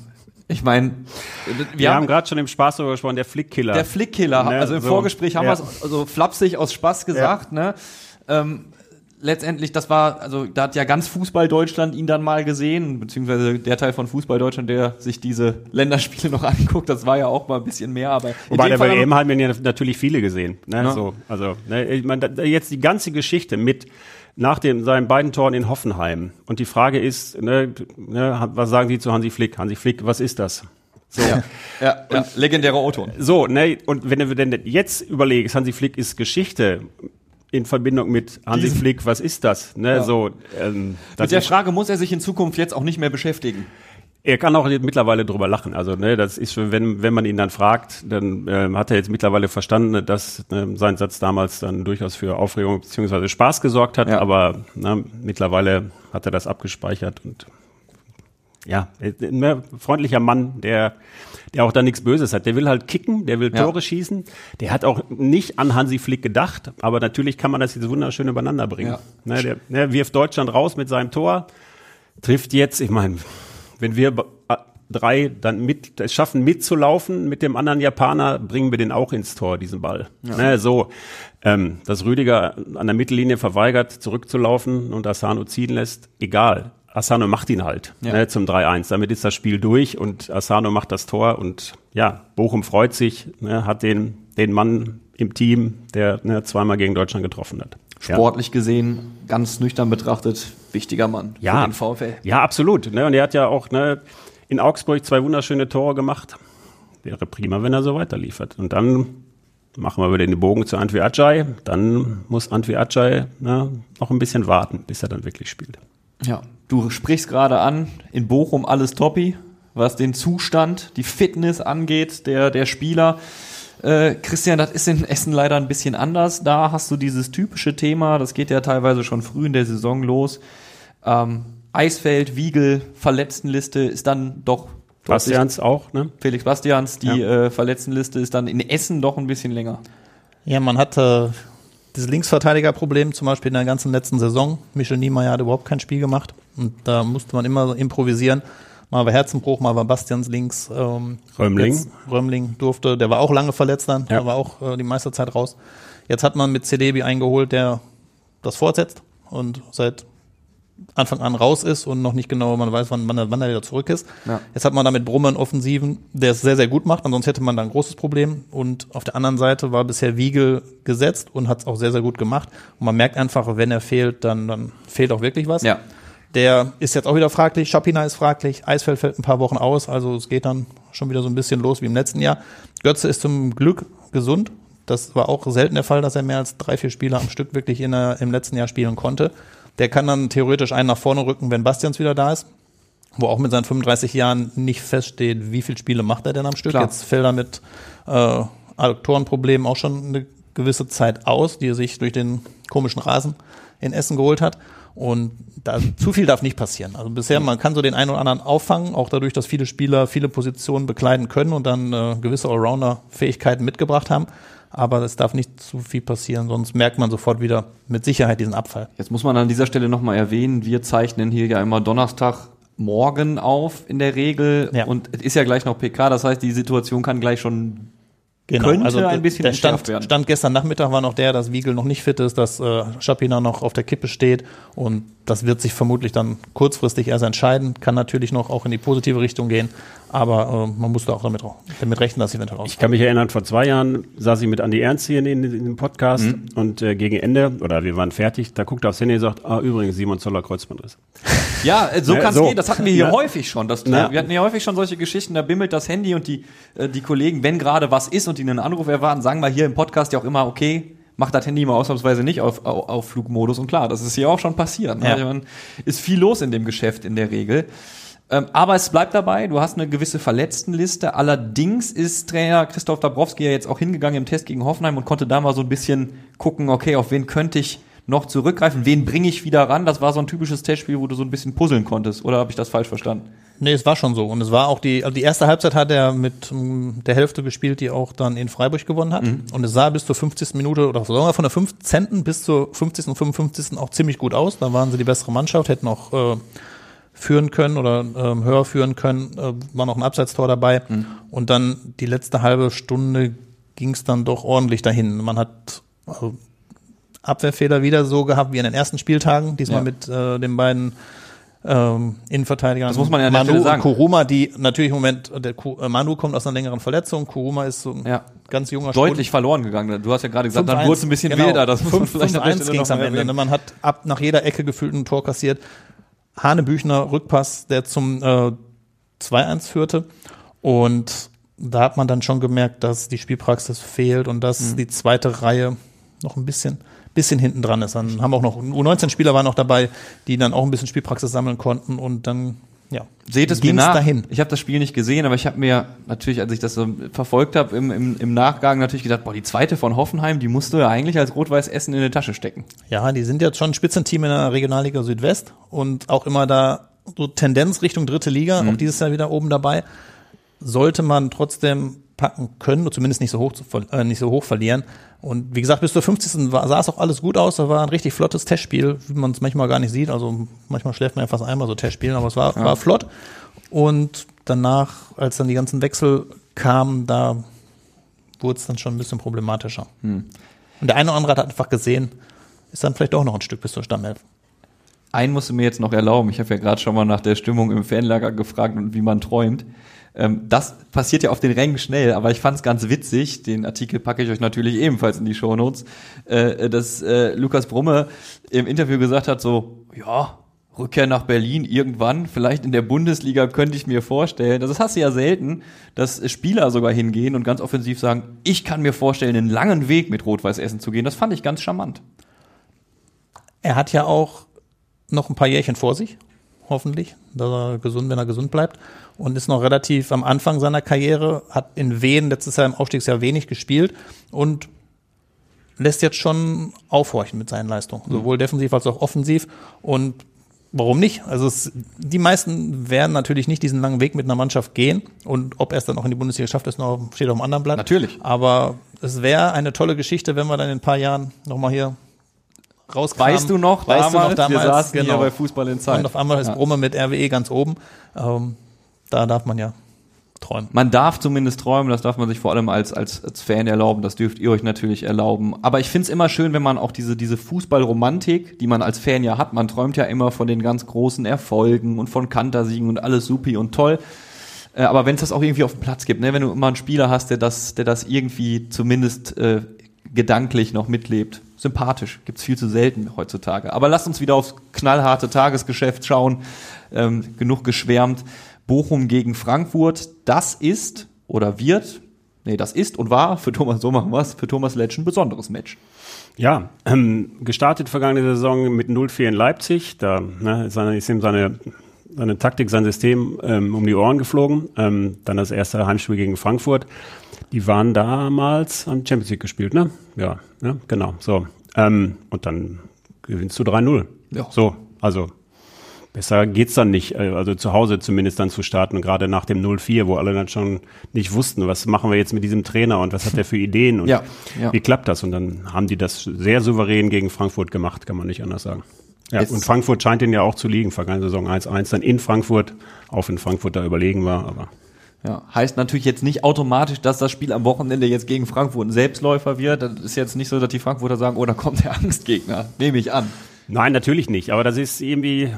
Ich meine, wir, wir haben, haben gerade schon im Spaß darüber gesprochen, der Flickkiller. Der Flickkiller, ne, also im so, Vorgespräch haben ja. wir es so flapsig aus Spaß gesagt, ja. ne? Ähm, letztendlich, das war, also da hat ja ganz Fußball Deutschland ihn dann mal gesehen, beziehungsweise der Teil von Fußball Deutschland, der sich diese Länderspiele noch anguckt, das war ja auch mal ein bisschen mehr, aber wobei der W M haben wir ja natürlich viele gesehen, ne? Ja. So, also ne, ich meine, jetzt die ganze Geschichte mit nach den, seinen beiden Toren in Hoffenheim. Und die Frage ist, ne, ne, was sagen Sie zu Hansi Flick? Hansi Flick, was ist das? So. Ja, ja, ja legendärer O-Ton. So, ne, und wenn du denn jetzt überlegst, Hansi Flick ist Geschichte in Verbindung mit Hansi Diesen. Flick, was ist das? Ne, ja. so, ähm, das mit der Frage muss er sich in Zukunft jetzt auch nicht mehr beschäftigen. Er kann auch mittlerweile drüber lachen. Also, ne, das ist schon, wenn, wenn man ihn dann fragt, dann äh, hat er jetzt mittlerweile verstanden, dass äh, sein Satz damals dann durchaus für Aufregung bzw. Spaß gesorgt hat. Ja. Aber na, mittlerweile hat er das abgespeichert und ja, ein freundlicher Mann, der, der auch da nichts Böses hat. Der will halt kicken, der will Tore ja. schießen. Der hat auch nicht an Hansi Flick gedacht, aber natürlich kann man das jetzt wunderschön übereinander bringen. Ja. Ne, der, der wirft Deutschland raus mit seinem Tor, trifft jetzt, ich meine, wenn wir drei dann mit, es schaffen mitzulaufen mit dem anderen Japaner, bringen wir den auch ins Tor, diesen Ball. Ja. Ne, so, ähm, dass Rüdiger an der Mittellinie verweigert, zurückzulaufen und Asano ziehen lässt, egal. Asano macht ihn halt ja. ne, zum drei eins. Damit ist das Spiel durch und Asano macht das Tor und ja, Bochum freut sich, ne, hat den, den Mann im Team, der ne, zweimal gegen Deutschland getroffen hat. Sportlich ja. gesehen, ganz nüchtern betrachtet, wichtiger Mann ja. für den VfL. Ja, absolut. Ne? Und er hat ja auch ne, in Augsburg zwei wunderschöne Tore gemacht. Wäre prima, wenn er so weiterliefert. Und dann machen wir wieder den Bogen zu Antwi Ajay. Dann muss Antwi Ajay ne, noch ein bisschen warten, bis er dann wirklich spielt. Ja, du sprichst gerade an, in Bochum alles toppi, was den Zustand, die Fitness angeht der, der Spieler. Äh, Christian, das ist in Essen leider ein bisschen anders. Da hast du dieses typische Thema, das geht ja teilweise schon früh in der Saison los. Ähm, Eisfeld, Wiegel, Verletztenliste ist dann doch... Bastians auch, ne? Felix Bastians, die ja. äh, Verletztenliste ist dann in Essen doch ein bisschen länger. Ja, man hatte dieses Linksverteidigerproblem zum Beispiel in der ganzen letzten Saison. Michel Niemeyer hat überhaupt kein Spiel gemacht und da musste man immer improvisieren. Mal war Herzenbruch, mal war Bastians links. Ähm, Römling. Römling durfte, der war auch lange verletzt dann, ja. der war auch äh, die meiste Zeit raus. Jetzt hat man mit Celebi eingeholt, der das fortsetzt und seit Anfang an raus ist und noch nicht genau, man weiß, wann, wann, er, wann er wieder zurück ist. Ja. Jetzt hat man da mit Brummer einen Offensiven, der es sehr, sehr gut macht, ansonsten hätte man da ein großes Problem. Und auf der anderen Seite war bisher Wiegel gesetzt und hat es auch sehr, sehr gut gemacht. Und man merkt einfach, wenn er fehlt, dann, dann fehlt auch wirklich was. Ja. Der ist jetzt auch wieder fraglich, Schapina ist fraglich, Eisfeld fällt ein paar Wochen aus, also es geht dann schon wieder so ein bisschen los wie im letzten Jahr. Götze ist zum Glück gesund. Das war auch selten der Fall, dass er mehr als drei, vier Spiele am Stück wirklich in der, im letzten Jahr spielen konnte. Der kann dann theoretisch einen nach vorne rücken, wenn Bastians wieder da ist, wo auch mit seinen fünfunddreißig Jahren nicht feststeht, wie viele Spiele macht er denn am Stück. Klar. Jetzt fällt er mit äh, Adduktorenproblemen auch schon eine gewisse Zeit aus, die er sich durch den komischen Rasen in Essen geholt hat. Und da, zu viel darf nicht passieren. Also bisher, man kann so den einen oder anderen auffangen, auch dadurch, dass viele Spieler viele Positionen bekleiden können und dann äh, gewisse Allrounder-Fähigkeiten mitgebracht haben. Aber es darf nicht zu viel passieren, sonst merkt man sofort wieder mit Sicherheit diesen Abfall. Jetzt muss man an dieser Stelle nochmal erwähnen, wir zeichnen hier ja immer Donnerstagmorgen auf in der Regel. Ja. Und es ist ja gleich noch P K, das heißt, die Situation kann gleich schon... Genau, könnte also ein bisschen der Stand, werden. Stand gestern Nachmittag war noch der, dass Wiegel noch nicht fit ist, dass äh, Schapina noch auf der Kippe steht und das wird sich vermutlich dann kurzfristig erst entscheiden, kann natürlich noch auch in die positive Richtung gehen, aber äh, man muss da auch damit, damit rechnen, dass sie eventuell rauskommen. Ich kann mich erinnern, vor zwei Jahren saß ich mit Andi Ernst hier in, in, in dem Podcast mhm. und äh, gegen Ende, oder wir waren fertig, da guckt er aufs Handy und sagt, ah übrigens, Simon Zoller Kreuzbandriss. Ja, so kann es so. gehen, das hatten wir hier ja. häufig schon. Das, ja. Wir hatten ja häufig schon solche Geschichten, da bimmelt das Handy und die, äh, die Kollegen, wenn gerade was ist und die einen Anruf erwarten, sagen wir hier im Podcast ja auch immer, okay, mach das Handy mal ausnahmsweise nicht auf, auf, auf Flugmodus. Und klar, das ist hier auch schon passiert. Ne? Ja. Also man ist viel los in dem Geschäft in der Regel. Ähm, aber es bleibt dabei, du hast eine gewisse Verletztenliste. Allerdings ist Trainer Christoph Dabrowski ja jetzt auch hingegangen im Test gegen Hoffenheim und konnte da mal so ein bisschen gucken, okay, auf wen könnte ich noch zurückgreifen, wen bringe ich wieder ran? Das war so ein typisches Testspiel, wo du so ein bisschen puzzeln konntest. Oder habe ich das falsch verstanden? Nee, es war schon so. Und es war auch die, also die erste Halbzeit hat er mit um, der Hälfte gespielt, die auch dann in Freiburg gewonnen hat. Mhm. Und es sah bis zur fünfzigsten Minute oder sagen wir von der fünfzehnten bis zur fünfzigsten und fünfundfünfzigsten auch ziemlich gut aus. Da waren sie die bessere Mannschaft, hätten auch äh, führen können oder ähm, höher führen können, äh, war noch ein Abseitstor dabei. Mhm. Und dann die letzte halbe Stunde ging es dann doch ordentlich dahin. Man hat also Abwehrfehler wieder so gehabt wie an den ersten Spieltagen, diesmal ja. mit äh, den beiden ähm, Innenverteidigern. Das muss man ja an der Manu Stelle sagen. und Kuruma, die natürlich im Moment, der Ku, äh, Manu kommt aus einer längeren Verletzung, Kuruma ist so ein ja. ganz junger Deutlich Spund. verloren gegangen. Du hast ja gerade gesagt, dann wurde es ein bisschen genau. wilder. Das muss man vielleicht fünf eins ging es am Ende. Ne? Man hat ab nach jeder Ecke gefühlt ein Tor kassiert. Hanebüchner Rückpass, der zum äh, zwei eins führte. Und da hat man dann schon gemerkt, dass die Spielpraxis fehlt und dass mhm. die zweite Reihe noch ein bisschen bisschen hinten dran ist. Dann haben auch noch U neunzehn Spieler waren noch dabei, die dann auch ein bisschen Spielpraxis sammeln konnten und dann ja, seht es mir nach. Dahin. Ich habe das Spiel nicht gesehen, aber ich habe mir natürlich, als ich das so verfolgt habe, im, im, im Nachgang natürlich gedacht, boah, die zweite von Hoffenheim, die musst du ja eigentlich als Rot-Weiß Essen in die Tasche stecken. Ja, die sind jetzt schon ein Spitzenteam in der Regionalliga Südwest und auch immer da so Tendenz Richtung dritte Liga, mhm. auch dieses Jahr wieder oben dabei. Sollte man trotzdem packen können, oder zumindest nicht so hoch, zu, äh, nicht so hoch verlieren. Und wie gesagt, bis zur fünfzigsten War, sah es auch alles gut aus. Da war ein richtig flottes Testspiel, wie man es manchmal gar nicht sieht. Also manchmal schläft man ja fast einmal so Testspielen, aber es war, ja. war flott. Und danach, als dann die ganzen Wechsel kamen, da wurde es dann schon ein bisschen problematischer. Hm. Und der eine oder andere hat einfach gesehen, ist dann vielleicht auch noch ein Stück bis zur Stammelf. Einen musst du mir jetzt noch erlauben. Ich habe ja gerade schon mal nach der Stimmung im Fanlager gefragt und wie man träumt. Ähm, das passiert ja auf den Rängen schnell, aber ich fand es ganz witzig, den Artikel packe ich euch natürlich ebenfalls in die Shownotes, äh, dass äh, Lukas Brumme im Interview gesagt hat, so, ja, Rückkehr nach Berlin irgendwann, vielleicht in der Bundesliga könnte ich mir vorstellen, das hast du ja selten, dass Spieler sogar hingehen und ganz offensiv sagen, ich kann mir vorstellen, einen langen Weg mit Rot-Weiß Essen zu gehen. Das fand ich ganz charmant. Er hat ja auch noch ein paar Jährchen vor sich, hoffentlich, dass er gesund, wenn er gesund bleibt. Und ist noch relativ am Anfang seiner Karriere, hat in Wien letztes Jahr im Aufstiegsjahr wenig gespielt und lässt jetzt schon aufhorchen mit seinen Leistungen, mhm. sowohl defensiv als auch offensiv. Und warum nicht? Also es, die meisten werden natürlich nicht diesen langen Weg mit einer Mannschaft gehen. Und ob er es dann auch in die Bundesliga schafft, ist noch, steht auf dem anderen Blatt. Natürlich. Aber es wäre eine tolle Geschichte, wenn wir dann in ein paar Jahren nochmal hier rauskramen. Weißt du noch, weißt damals, du noch damals, wir saßen genau. hier bei Fußball in Zeit. Und auf einmal ist ja. Brumme mit R W E ganz oben. Ähm, da darf man ja träumen. Man darf zumindest träumen, das darf man sich vor allem als, als, als Fan erlauben, das dürft ihr euch natürlich erlauben. Aber ich find's immer schön, wenn man auch diese, diese Fußballromantik, die man als Fan ja hat, man träumt ja immer von den ganz großen Erfolgen und von Kantersiegen und alles supi und toll. Äh, aber wenn es das auch irgendwie auf dem Platz gibt, ne, wenn du immer einen Spieler hast, der das, der das irgendwie zumindest äh, gedanklich noch mitlebt, sympathisch, gibt's viel zu selten heutzutage. Aber lasst uns wieder aufs knallharte Tagesgeschäft schauen, ähm, genug geschwärmt. Bochum gegen Frankfurt, das ist oder wird, nee, das ist und war für Thomas, so machen wir's, für Thomas Letsch ein besonderes Match. Ja, ähm, gestartet vergangene Saison mit null vier in Leipzig, da ne, ist, seine, ist ihm seine, seine Taktik, sein System ähm, um die Ohren geflogen. Ähm, dann das erste Heimspiel gegen Frankfurt. Die waren damals am Champions League gespielt, ne? Ja, ja genau, so. Ähm, und dann gewinnst du drei null. Ja. So, also besser geht's dann nicht, also zu Hause zumindest dann zu starten, und gerade nach dem null vier, wo alle dann schon nicht wussten, was machen wir jetzt mit diesem Trainer und was hat der für Ideen und ja, ja. wie klappt das? Und dann haben die das sehr souverän gegen Frankfurt gemacht, kann man nicht anders sagen. Ja, und Frankfurt scheint ihnen ja auch zu liegen, vergangene Saison eins eins, dann in Frankfurt, auch wenn Frankfurt da überlegen war, aber ja, heißt natürlich jetzt nicht automatisch, dass das Spiel am Wochenende jetzt gegen Frankfurt ein Selbstläufer wird. Das ist jetzt nicht so, dass die Frankfurter sagen, oh, da kommt der Angstgegner, nehme ich an. Nein, natürlich nicht, aber das ist irgendwie,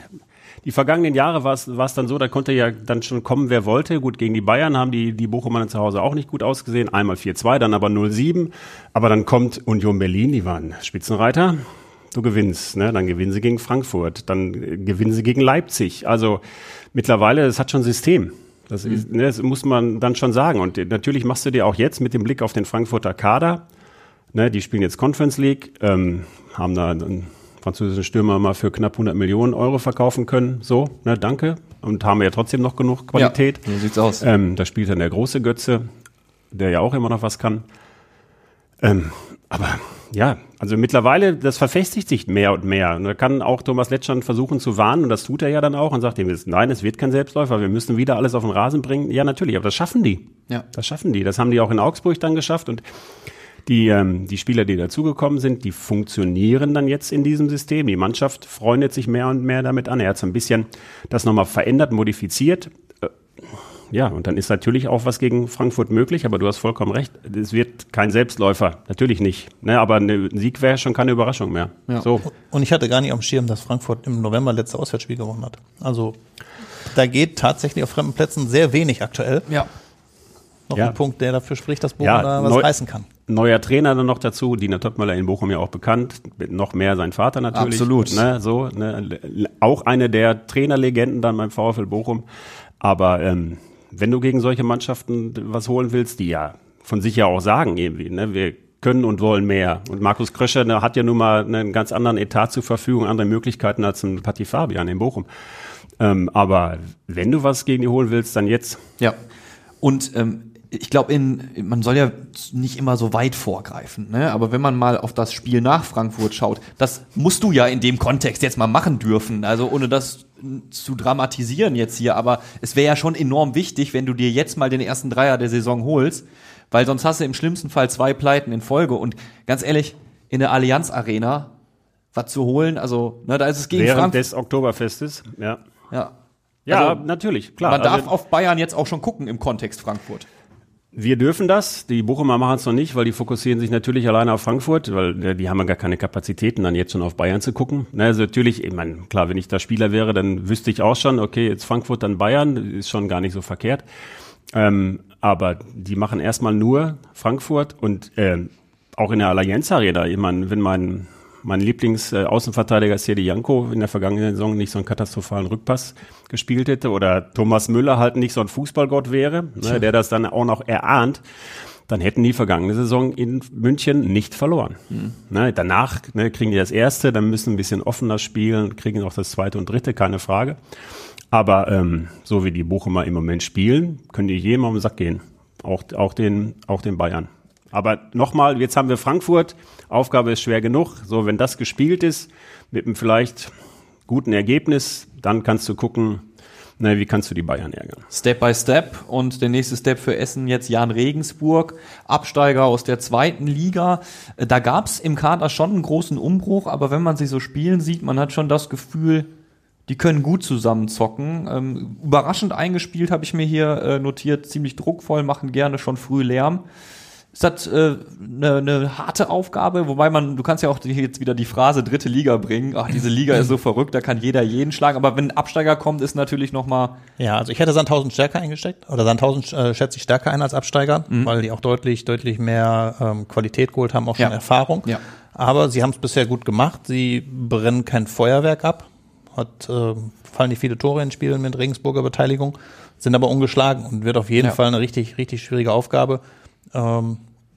die vergangenen Jahre war es, war es dann so, da konnte ja dann schon kommen, wer wollte. Gut, gegen die Bayern haben die, die Bochumer zu Hause auch nicht gut ausgesehen, einmal vier zwei, dann aber null sieben, aber dann kommt Union Berlin, die waren Spitzenreiter. Du gewinnst, ne? Dann gewinnen sie gegen Frankfurt, dann gewinnen sie gegen Leipzig. Also mittlerweile, es hat schon System. Das, mhm. ist, ne, das muss man dann schon sagen. Und natürlich machst du dir auch jetzt mit dem Blick auf den Frankfurter Kader, ne, die spielen jetzt Conference League, ähm, haben da einen französischen Stürmer mal für knapp hundert Millionen Euro verkaufen können. So, ne, danke. Und haben ja trotzdem noch genug Qualität. Ja, so sieht's aus. Ähm, da spielt dann der große Götze, der ja auch immer noch was kann. Ähm, aber ja, also mittlerweile, das verfestigt sich mehr und mehr. Und da kann auch Thomas Letschern versuchen zu warnen, und das tut er ja dann auch, und sagt ihm, nein, es wird kein Selbstläufer, wir müssen wieder alles auf den Rasen bringen. Ja, natürlich, aber das schaffen die. Ja. Das schaffen die. Das haben die auch in Augsburg dann geschafft. Und Die, ähm, die Spieler, die dazugekommen sind, die funktionieren dann jetzt in diesem System. Die Mannschaft freundet sich mehr und mehr damit an. Er hat so ein bisschen das nochmal verändert, modifiziert. Äh, ja, und dann ist natürlich auch was gegen Frankfurt möglich, aber du hast vollkommen recht. Es wird kein Selbstläufer, natürlich nicht. Ne, aber ein Sieg wäre schon keine Überraschung mehr. Ja. So. Und ich hatte gar nicht auf dem Schirm, dass Frankfurt im November letzte Auswärtsspiel gewonnen hat. Also da geht tatsächlich auf fremden Plätzen sehr wenig aktuell. Ja. Noch Ja. ein Punkt, der dafür spricht, dass Bochum Ja, da was neu- reißen kann. Neuer Trainer dann noch dazu, Dieter Tottmöller in Bochum ja auch bekannt, noch mehr sein Vater natürlich. Absolut. Ne, so, ne, auch eine der Trainerlegenden dann beim VfL Bochum. Aber ähm, wenn du gegen solche Mannschaften was holen willst, die ja von sich ja auch sagen irgendwie, ne, wir können und wollen mehr. Und Markus Kröscher, ne, hat ja nun mal einen ganz anderen Etat zur Verfügung, andere Möglichkeiten als ein Patti Fabian in Bochum. Ähm, aber wenn du was gegen die holen willst, dann jetzt. Ja. Und ähm, ich glaube, in man soll ja nicht immer so weit vorgreifen, ne? Aber wenn man mal auf das Spiel nach Frankfurt schaut, das musst du ja in dem Kontext jetzt mal machen dürfen, also ohne das zu dramatisieren jetzt hier, aber es wäre ja schon enorm wichtig, wenn du dir jetzt mal den ersten Dreier der Saison holst, weil sonst hast du im schlimmsten Fall zwei Pleiten in Folge und ganz ehrlich, in der Allianz Arena was zu holen, also ne, da ist es gegen Während Frankfurt. des Oktoberfestes, ja. Ja, Ja, also, natürlich, klar. man darf Also, auf Bayern jetzt auch schon gucken im Kontext Frankfurt. wir dürfen das, die Bochumer machen es noch nicht, weil die fokussieren sich natürlich alleine auf Frankfurt, weil äh, die haben ja gar keine Kapazitäten, dann jetzt schon auf Bayern zu gucken. Ne, also natürlich, ich meine, klar, wenn ich da Spieler wäre, dann wüsste ich auch schon, okay, jetzt Frankfurt, dann Bayern, ist schon gar nicht so verkehrt. Ähm, aber die machen erstmal nur Frankfurt und ähm, auch in der Allianz Arena. Ich meine, wenn mein Mein Lieblings-Außenverteidiger Sedi Janko in der vergangenen Saison nicht so einen katastrophalen Rückpass gespielt hätte oder Thomas Müller halt nicht so ein Fußballgott wäre, ne, der das dann auch noch erahnt, dann hätten die vergangene Saison in München nicht verloren. Mhm. Ne, danach ne, kriegen die das erste, dann müssen ein bisschen offener spielen, kriegen auch das zweite und dritte, keine Frage. Aber ähm, so wie die Bochumer im Moment spielen, können die jedem auf den Sack gehen. Auch, auch, den, auch den Bayern. Aber nochmal, jetzt haben wir Frankfurt, Aufgabe ist schwer genug. So, wenn das gespielt ist, mit einem vielleicht guten Ergebnis, dann kannst du gucken, na, wie kannst du die Bayern ärgern. Step by Step und der nächste Step für Essen jetzt Jan Regensburg, Absteiger aus der zweiten Liga. Da gab's im Kader schon einen großen Umbruch, aber wenn man sie so spielen sieht, man hat schon das Gefühl, die können gut zusammen zocken. Ähm, überraschend eingespielt habe ich mir hier äh, notiert, ziemlich druckvoll, machen gerne schon früh Lärm. Ist das äh, eine, eine harte Aufgabe? Wobei man, du kannst ja auch jetzt wieder die Phrase dritte Liga bringen. Ach, diese Liga ist so verrückt, da kann jeder jeden schlagen. Aber wenn ein Absteiger kommt, ist natürlich nochmal. Ja, also ich hätte Sandhausen stärker eingesteckt. Oder Sandhausen äh, schätze ich stärker ein als Absteiger, mhm. weil die auch deutlich, deutlich mehr ähm, Qualität geholt haben, auch schon ja. Erfahrung. Ja. Aber sie haben es bisher gut gemacht. Sie brennen kein Feuerwerk ab. Hat, äh, fallen nicht viele Tore in Spielen mit Regensburger Beteiligung, sind aber ungeschlagen und wird auf jeden ja. Fall eine richtig, richtig schwierige Aufgabe. Ähm,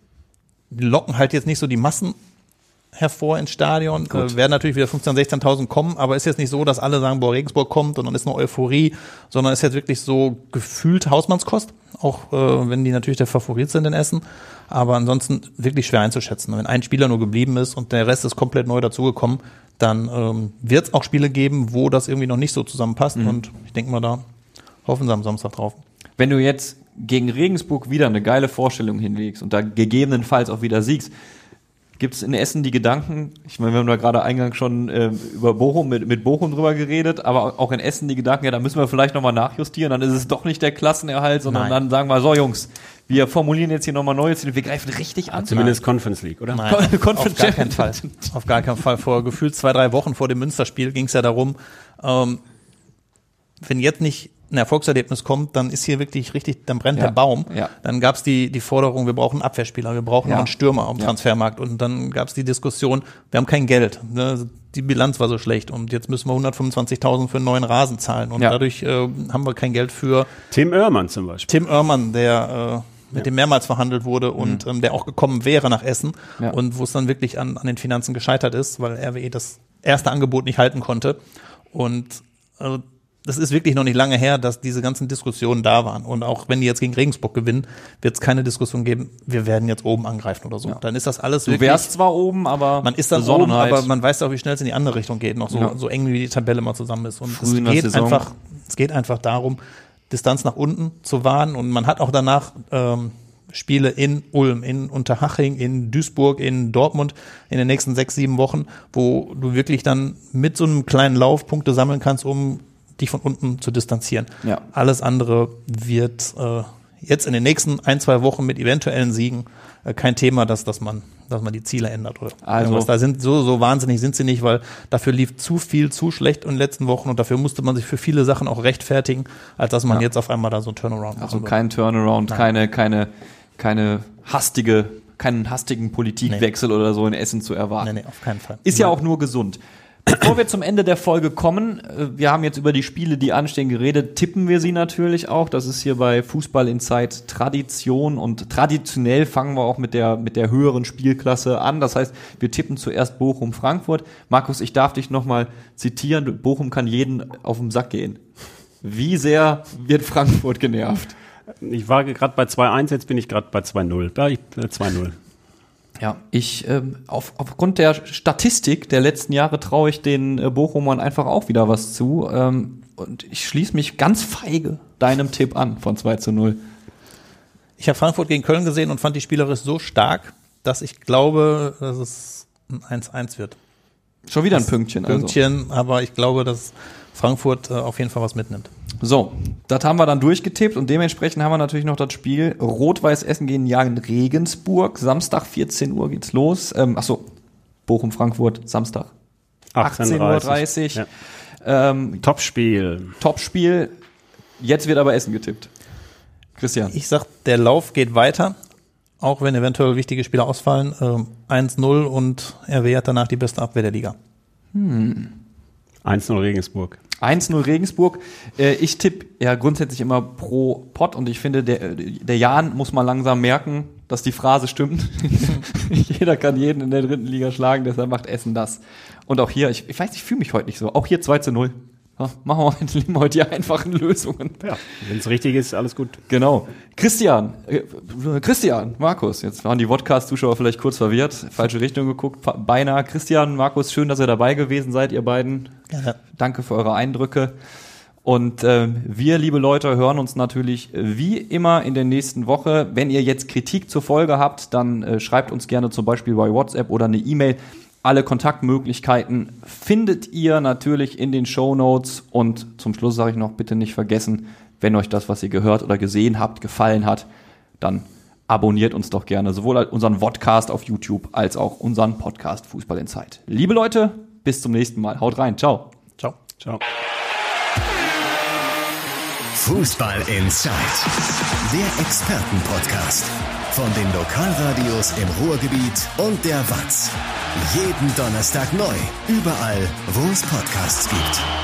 die locken halt jetzt nicht so die Massen hervor ins Stadion, äh, werden natürlich wieder fünfzehntausend, sechzehntausend kommen, aber ist jetzt nicht so, dass alle sagen, boah, Regensburg kommt und dann ist eine Euphorie, sondern ist jetzt wirklich so gefühlt Hausmannskost, auch äh, wenn die natürlich der Favorit sind in Essen, aber ansonsten wirklich schwer einzuschätzen. Wenn ein Spieler nur geblieben ist und der Rest ist komplett neu dazugekommen, dann ähm, wird es auch Spiele geben, wo das irgendwie noch nicht so zusammenpasst mhm. und ich denke mal, da hoffen sie am Samstag drauf. Wenn du jetzt gegen Regensburg wieder eine geile Vorstellung hinlegst und da gegebenenfalls auch wieder siegst, gibt es in Essen die Gedanken, ich meine, wir haben da gerade eingangs schon äh, über Bochum, mit, mit Bochum drüber geredet, aber auch in Essen die Gedanken, ja, da müssen wir vielleicht nochmal nachjustieren, dann ist es doch nicht der Klassenerhalt, sondern Nein. dann sagen wir, so Jungs, wir formulieren jetzt hier nochmal Neues, wir greifen richtig an. Zumindest Nein. Conference League, oder? Nein, auf, auf gar keinen Fall. Auf gar keinen Fall. Vor gefühlt zwei, drei Wochen vor dem Münsterspiel ging es ja darum, ähm, wenn jetzt nicht ein Erfolgserlebnis kommt, dann ist hier wirklich richtig, dann brennt ja, der Baum. Ja. Dann gab es die die Forderung, wir brauchen einen Abwehrspieler, wir brauchen ja. noch einen Stürmer am ja. Transfermarkt. Und dann gab es die Diskussion, wir haben kein Geld. Ne? Die Bilanz war so schlecht und jetzt müssen wir hundertfünfundzwanzigtausend für einen neuen Rasen zahlen. Und ja. dadurch äh, haben wir kein Geld für Tim Oermann zum Beispiel. Tim Oermann, der äh, mit ja. dem mehrmals verhandelt wurde und mhm. ähm, der auch gekommen wäre nach Essen ja. und wo es dann wirklich an, an den Finanzen gescheitert ist, weil R W E das erste Angebot nicht halten konnte. Und also, das ist wirklich noch nicht lange her, dass diese ganzen Diskussionen da waren. Und auch wenn die jetzt gegen Regensburg gewinnen, wird es keine Diskussion geben, wir werden jetzt oben angreifen oder so. Ja. Dann ist das alles du wirklich... Du wärst zwar oben, aber... Man ist dann oben, aber man weiß auch, wie schnell es in die andere Richtung geht. Noch so, ja. so eng, wie die Tabelle mal zusammen ist. Und es geht, einfach, es geht einfach darum, Distanz nach unten zu wahren. Und man hat auch danach... Ähm, Spiele in Ulm, in Unterhaching, in Duisburg, in Dortmund in den nächsten sechs, sieben Wochen, wo du wirklich dann mit so einem kleinen Lauf Punkte sammeln kannst, um dich von unten zu distanzieren. Ja. Alles andere wird äh, jetzt in den nächsten ein, zwei Wochen mit eventuellen Siegen äh, kein Thema, dass, dass man dass man die Ziele ändert oder also irgendwas. Da sind so so wahnsinnig sind sie nicht, weil dafür lief zu viel, zu schlecht in den letzten Wochen und dafür musste man sich für viele Sachen auch rechtfertigen, als dass man ja. jetzt auf einmal da so ein Turnaround macht. Also kein Turnaround, Nein. keine keine keine hastige keinen hastigen Politikwechsel nee. oder so in Essen zu erwarten. Nee, nee, auf keinen Fall. Ist ja auch nur gesund. Bevor wir zum Ende der Folge kommen, wir haben jetzt über die Spiele, die anstehen, geredet, tippen wir sie natürlich auch. Das ist hier bei Fußball Insight Tradition und traditionell fangen wir auch mit der mit der höheren Spielklasse an. Das heißt, wir tippen zuerst Bochum-Frankfurt. Markus, ich darf dich nochmal zitieren, Bochum kann jeden auf den Sack gehen. Wie sehr wird Frankfurt genervt? Ich war gerade bei zwei eins, jetzt bin ich gerade bei zwei null. Da ich äh, zwei null. Ja, ich ähm, auf, aufgrund der Statistik der letzten Jahre traue ich den äh, Bochumern einfach auch wieder was zu. Ähm, und ich schließe mich ganz feige deinem Tipp an von zwei zu null. Ich habe Frankfurt gegen Köln gesehen und fand die spielerisch so stark, dass ich glaube, dass es ein eins eins wird. Schon wieder ein Pünktchen. Pünktchen, also. Aber ich glaube, dass Frankfurt äh, auf jeden Fall was mitnimmt. So, das haben wir dann durchgetippt und dementsprechend haben wir natürlich noch das Spiel Rot-Weiß Essen gegen Jagen Regensburg. Samstag vierzehn Uhr geht's los. Ähm, achso, Bochum-Frankfurt, Samstag achtzehn Uhr dreißig. Ja. Ähm, Topspiel. Topspiel. Jetzt wird aber Essen getippt. Christian. Ich sag, der Lauf geht weiter, auch wenn eventuell wichtige Spieler ausfallen. Ähm, eins null und R W hat danach die beste Abwehr der Liga. Hm. eins null Regensburg. eins null Regensburg. Äh, ich tippe ja grundsätzlich immer pro Pott und ich finde, der, der Jan muss mal langsam merken, dass die Phrase stimmt. Jeder kann jeden in der dritten Liga schlagen, deshalb macht Essen das. Und auch hier, ich, ich weiß, ich fühle mich heute nicht so. Auch hier zwei zu null. Ja, machen wir heute, nehmen wir heute die einfachen Lösungen. Ja, wenn es richtig ist, alles gut. Genau. Christian, äh, Christian, Markus, jetzt waren die Podcast-Zuschauer vielleicht kurz verwirrt, falsche Richtung geguckt, beinahe. Christian, Markus, schön, dass ihr dabei gewesen seid, ihr beiden. Ja. Danke für eure Eindrücke. Und äh, wir, liebe Leute, hören uns natürlich wie immer in der nächsten Woche. Wenn ihr jetzt Kritik zur Folge habt, dann äh, schreibt uns gerne zum Beispiel bei WhatsApp oder eine E-Mail. Alle Kontaktmöglichkeiten findet ihr natürlich in den Shownotes. Und zum Schluss sage ich noch, bitte nicht vergessen, wenn euch das, was ihr gehört oder gesehen habt, gefallen hat, dann abonniert uns doch gerne, sowohl unseren Vodcast auf YouTube als auch unseren Podcast Fußball Insight. Liebe Leute, bis zum nächsten Mal. Haut rein. Ciao. Ciao. Ciao. Fußball Insight, der Expertenpodcast von den Lokalradios im Ruhrgebiet und der W A Z. Jeden Donnerstag neu, überall, wo es Podcasts gibt.